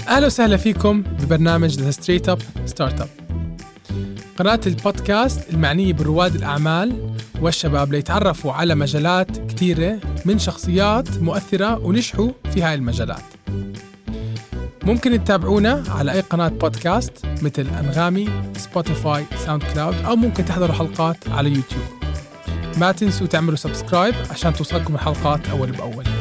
أهلا وسهلا فيكم ببرنامج The Straight Up Startup، قناة البودكاست المعنية برواد الأعمال والشباب ليتعرفوا على مجالات كثيرة من شخصيات مؤثرة ونجحوا في هاي المجالات. ممكن تتابعونا على أي قناة بودكاست مثل أنغامي، سبوتيفاي، ساوند كلاود، أو ممكن تحضروا حلقات على يوتيوب. ما تنسوا تعملوا سبسكرايب عشان توصلكم الحلقات أول بأول.